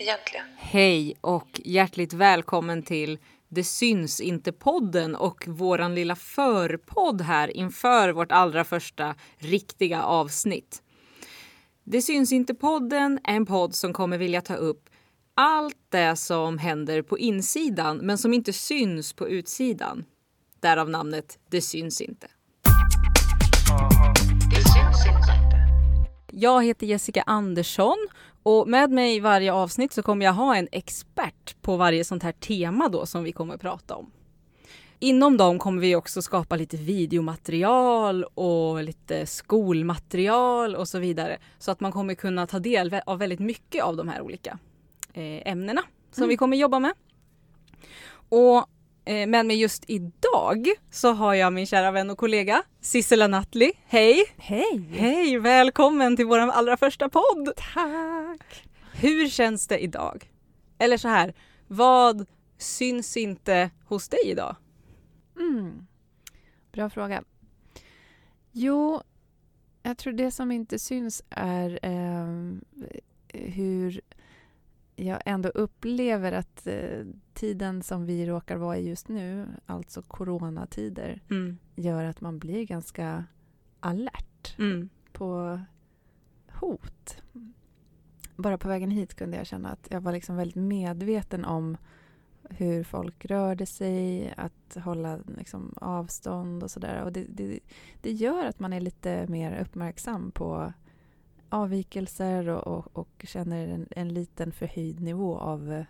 egentligen? Hej och hjärtligt välkommen till Det syns inte-podden och våran lilla förpodd här inför vårt allra första riktiga avsnitt. Det syns inte-podden är en podd som kommer vilja ta upp allt det som händer på insidan men som inte syns på utsidan. Därav namnet Det syns inte. Det syns inte. Jag heter Jessica Andersson och med mig i varje avsnitt så kommer jag ha en expert på varje sånt här tema då som vi kommer att prata om. Inom dem kommer vi också skapa lite videomaterial och lite skolmaterial och så vidare. Så att man kommer kunna ta del av väldigt mycket av de här olika ämnena som vi kommer jobba med. Och med mig just idag så har jag min kära vän och kollega Sissela Nattli. Hej! Hej! Hej! Välkommen till vår allra första podd! Tack! Hur känns det idag? Eller så här, vad syns inte hos dig idag? Bra fråga. Jo, jag tror det som inte syns är hur jag ändå upplever att tiden som vi råkar vara i just nu, alltså coronatider, gör att man blir ganska alert på hot. Bara på vägen hit kunde jag känna att jag var liksom väldigt medveten om hur folk rörde sig, att hålla liksom avstånd och sådär. Och det gör att man är lite mer uppmärksam på avvikelser och känner en liten förhöjd nivå av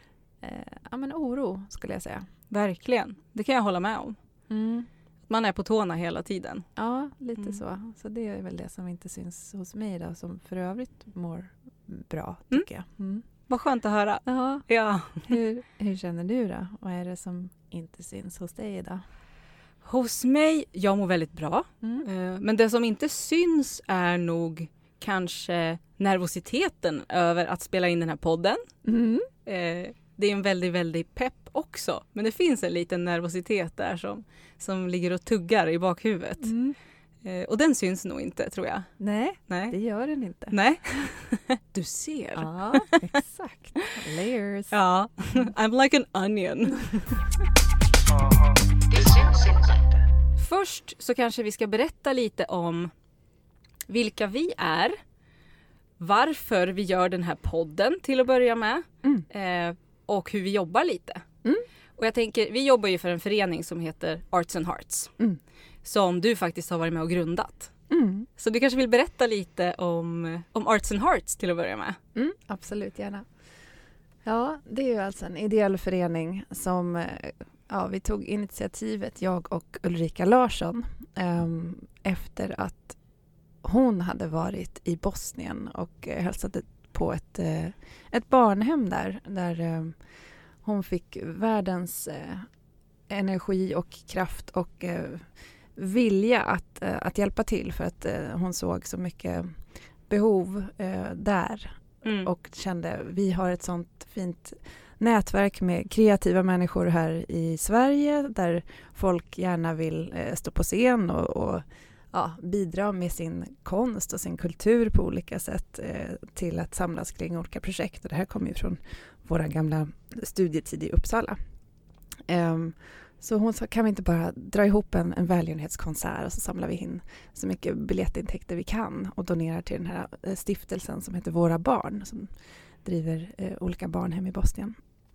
oro, skulle jag säga. Verkligen, det kan jag hålla med om. Man är på tårna hela tiden. Ja, lite så. Så det är väl det som inte syns hos mig då, som för övrigt mår bra, tycker jag. Vad skönt att höra. Jaha. Ja. Hur känner du då? Vad är det som inte syns hos dig idag? Hos mig, jag mår väldigt bra. Men det som inte syns är nog kanske nervositeten över att spela in den här podden. Det är en väldigt, väldigt pepp också. Men det finns en liten nervositet där som ligger och tuggar i bakhuvudet. Och den syns nog inte, tror jag. Nej, det gör den inte. Nej, du ser. Ja, exakt. Layers. Ja, I'm like an onion. Det syns inte. Först så kanske vi ska berätta lite om vilka vi är. Varför vi gör den här podden till att börja med. Och hur vi jobbar lite. Och jag tänker, vi jobbar ju för en förening som heter Arts and Hearts. Som du faktiskt har varit med och grundat. Så du kanske vill berätta lite om Arts and Hearts till att börja med. Absolut, gärna. Ja, det är ju alltså en ideell förening som vi tog initiativet, jag och Ulrika Larsson, efter att hon hade varit i Bosnien och hälsade på ett barnhem där hon fick världens energi och kraft och vilja att hjälpa till, för att hon såg så mycket behov där och kände vi har ett sånt fint nätverk med kreativa människor här i Sverige där folk gärna vill stå på scen och bidra med sin konst och sin kultur på olika sätt till att samlas kring olika projekt. Och det här kommer ju från våra gamla studietid i Uppsala. Så hon sa, kan vi inte bara dra ihop en välgörenhetskonsert och så samlar vi in så mycket biljettintäkter vi kan och donerar till den här stiftelsen som heter Våra barn, som driver olika barnhem i Bosnien.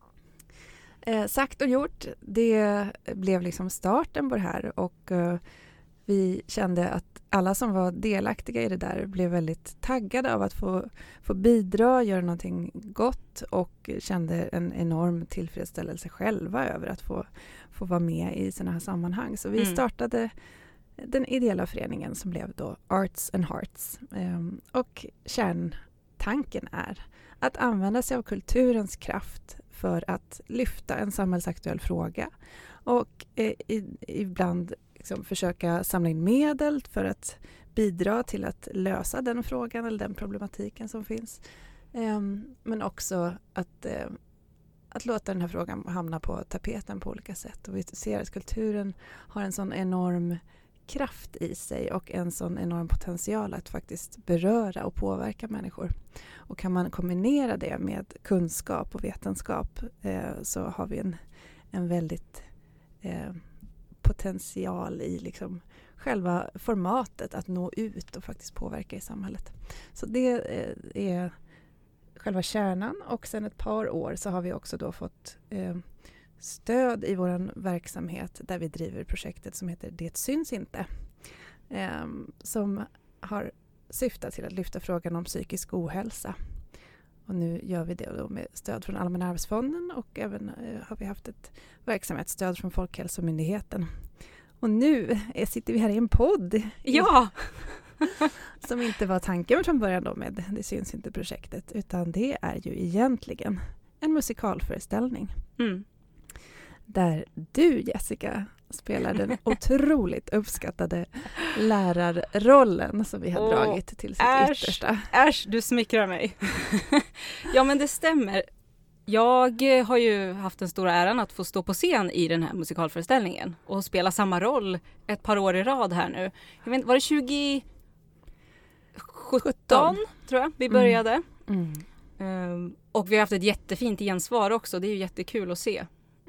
Sagt och gjort, det blev liksom starten på det här, och vi kände att alla som var delaktiga i det där blev väldigt taggade av att få bidra, göra någonting gott, och kände en enorm tillfredsställelse själva över att få vara med i sådana här sammanhang. Så vi startade den ideella föreningen som blev då Arts and Hearts. Och kärntanken är att använda sig av kulturens kraft för att lyfta en samhällsaktuell fråga och ibland liksom försöka samla in medel för att bidra till att lösa den frågan eller den problematiken som finns. Men också att låta den här frågan hamna på tapeten på olika sätt. Och vi ser att kulturen har en sån enorm kraft i sig och en sån enorm potential att faktiskt beröra och påverka människor. Och kan man kombinera det med kunskap och vetenskap så har vi en väldigt potential i liksom själva formatet att nå ut och faktiskt påverka i samhället. Så det är själva kärnan, och sen ett par år så har vi också då fått stöd i vår verksamhet där vi driver projektet som heter Det syns inte. Som har syftat till att lyfta frågan om psykisk ohälsa. Och nu gör vi det då med stöd från Allmänna arvsfonden, och även har vi haft ett verksamhetsstöd från Folkhälsomyndigheten. Och nu sitter vi här i en podd. Ja! Som inte var tanken från början då med Det syns inte projektet, utan det är ju egentligen en musikalföreställning. Mm. Där du, Jessica, spelar den otroligt uppskattade lärarrollen som vi har dragit till sitt yttersta. Äsch, du smickrar mig. Ja, men det stämmer. Jag har ju haft den stora äran att få stå på scen i den här musikalföreställningen och spela samma roll ett par år i rad här nu. Jag vet inte, var det 2017 tror jag vi började. Och vi har haft ett jättefint gensvar också. Det är ju jättekul att se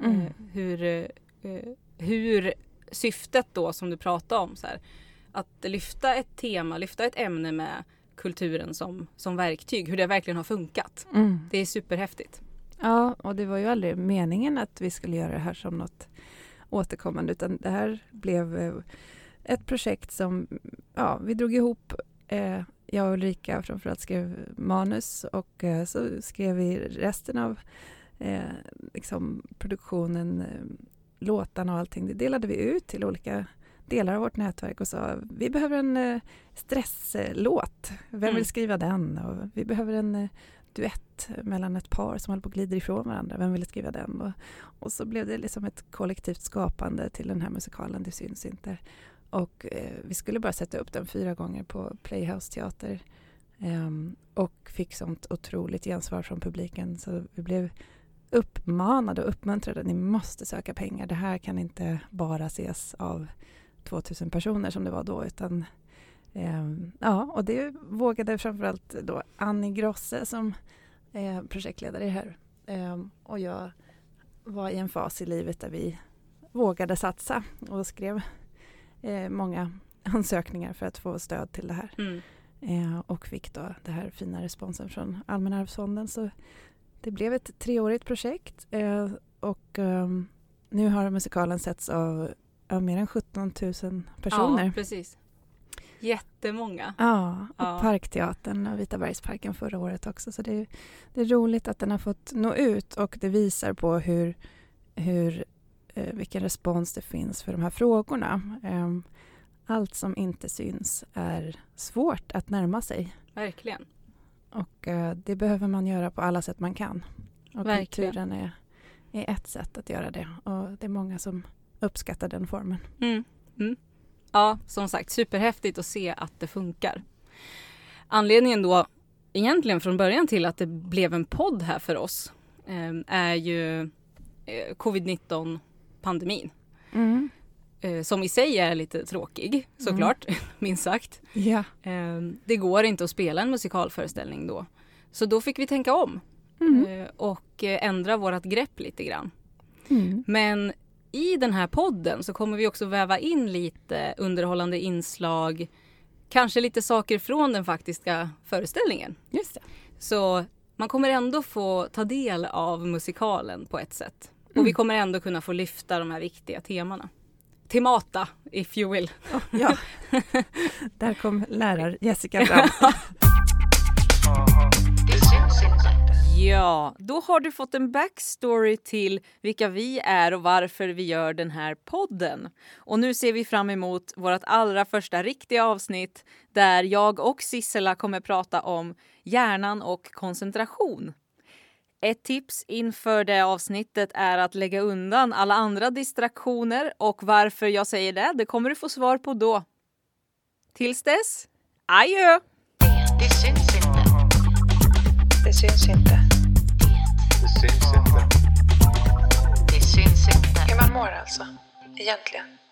hur syftet då som du pratade om, så här, att lyfta ett tema, lyfta ett ämne med kulturen som verktyg, hur det verkligen har funkat. Det är superhäftigt. Ja, och det var ju aldrig meningen att vi skulle göra det här som något återkommande, utan det här blev ett projekt som vi drog ihop. Jag och Ulrika framförallt skrev manus, och så skrev vi resten av liksom produktionen, låtarna och allting. Det delade vi ut till olika delar av vårt nätverk och sa vi behöver en stresslåt. Vem vill skriva den? Och vi behöver en duett mellan ett par som håller på att glida ifrån varandra. Vem vill skriva den? Och så blev det liksom ett kollektivt skapande till den här musikalen Det syns inte. Och vi skulle bara sätta upp den 4 gånger på Playhouse Teater. Och fick sånt otroligt gensvar från publiken. Så vi blev uppmanade och uppmuntrade. Ni måste söka pengar. Det här kan inte bara ses av 2000 personer som det var då. Utan, och det vågade framförallt då Annie Grosse som projektledare här. Och jag var i en fas i livet där vi vågade satsa och skrev många ansökningar för att få stöd till det här. Och fick då det här fina responsen från Allmänna arvsfonden. Så det blev ett 3-årigt projekt och nu har musikalen setts av mer än 17 000 personer. Ja, precis. Jättemånga. Ja, och Parkteatern och Vitabergsparken förra året också. Så det är roligt att den har fått nå ut, och det visar på vilken respons det finns för de här frågorna. Allt som inte syns är svårt att närma sig. Verkligen. Och det behöver man göra på alla sätt man kan. Och verkligen. Kulturen är ett sätt att göra det. Och det är många som uppskattar den formen. Ja, som sagt, superhäftigt att se att det funkar. Anledningen då egentligen från början till att det blev en podd här för oss är ju covid-19-pandemin. Som i sig är lite tråkig, såklart, minst sagt. Ja. Det går inte att spela en musikalföreställning då. Så då fick vi tänka om och ändra vårat grepp lite grann. Men i den här podden så kommer vi också väva in lite underhållande inslag, kanske lite saker från den faktiska föreställningen. Just det. Så man kommer ändå få ta del av musikalen på ett sätt. Och vi kommer ändå kunna få lyfta de här viktiga temana. Temata, if you will. Ja, där kom lärar Jessica fram. Det syns inte. Ja, då har du fått en backstory till vilka vi är och varför vi gör den här podden. Och nu ser vi fram emot vårt allra första riktiga avsnitt där jag och Sissela kommer prata om hjärnan och koncentration. Ett tips inför det avsnittet är att lägga undan alla andra distraktioner, och varför jag säger det kommer du få svar på då. Tills dess, adjö! Det syns inte. Det syns inte. Det syns inte. Det syns inte. Hur man mår alltså, egentligen.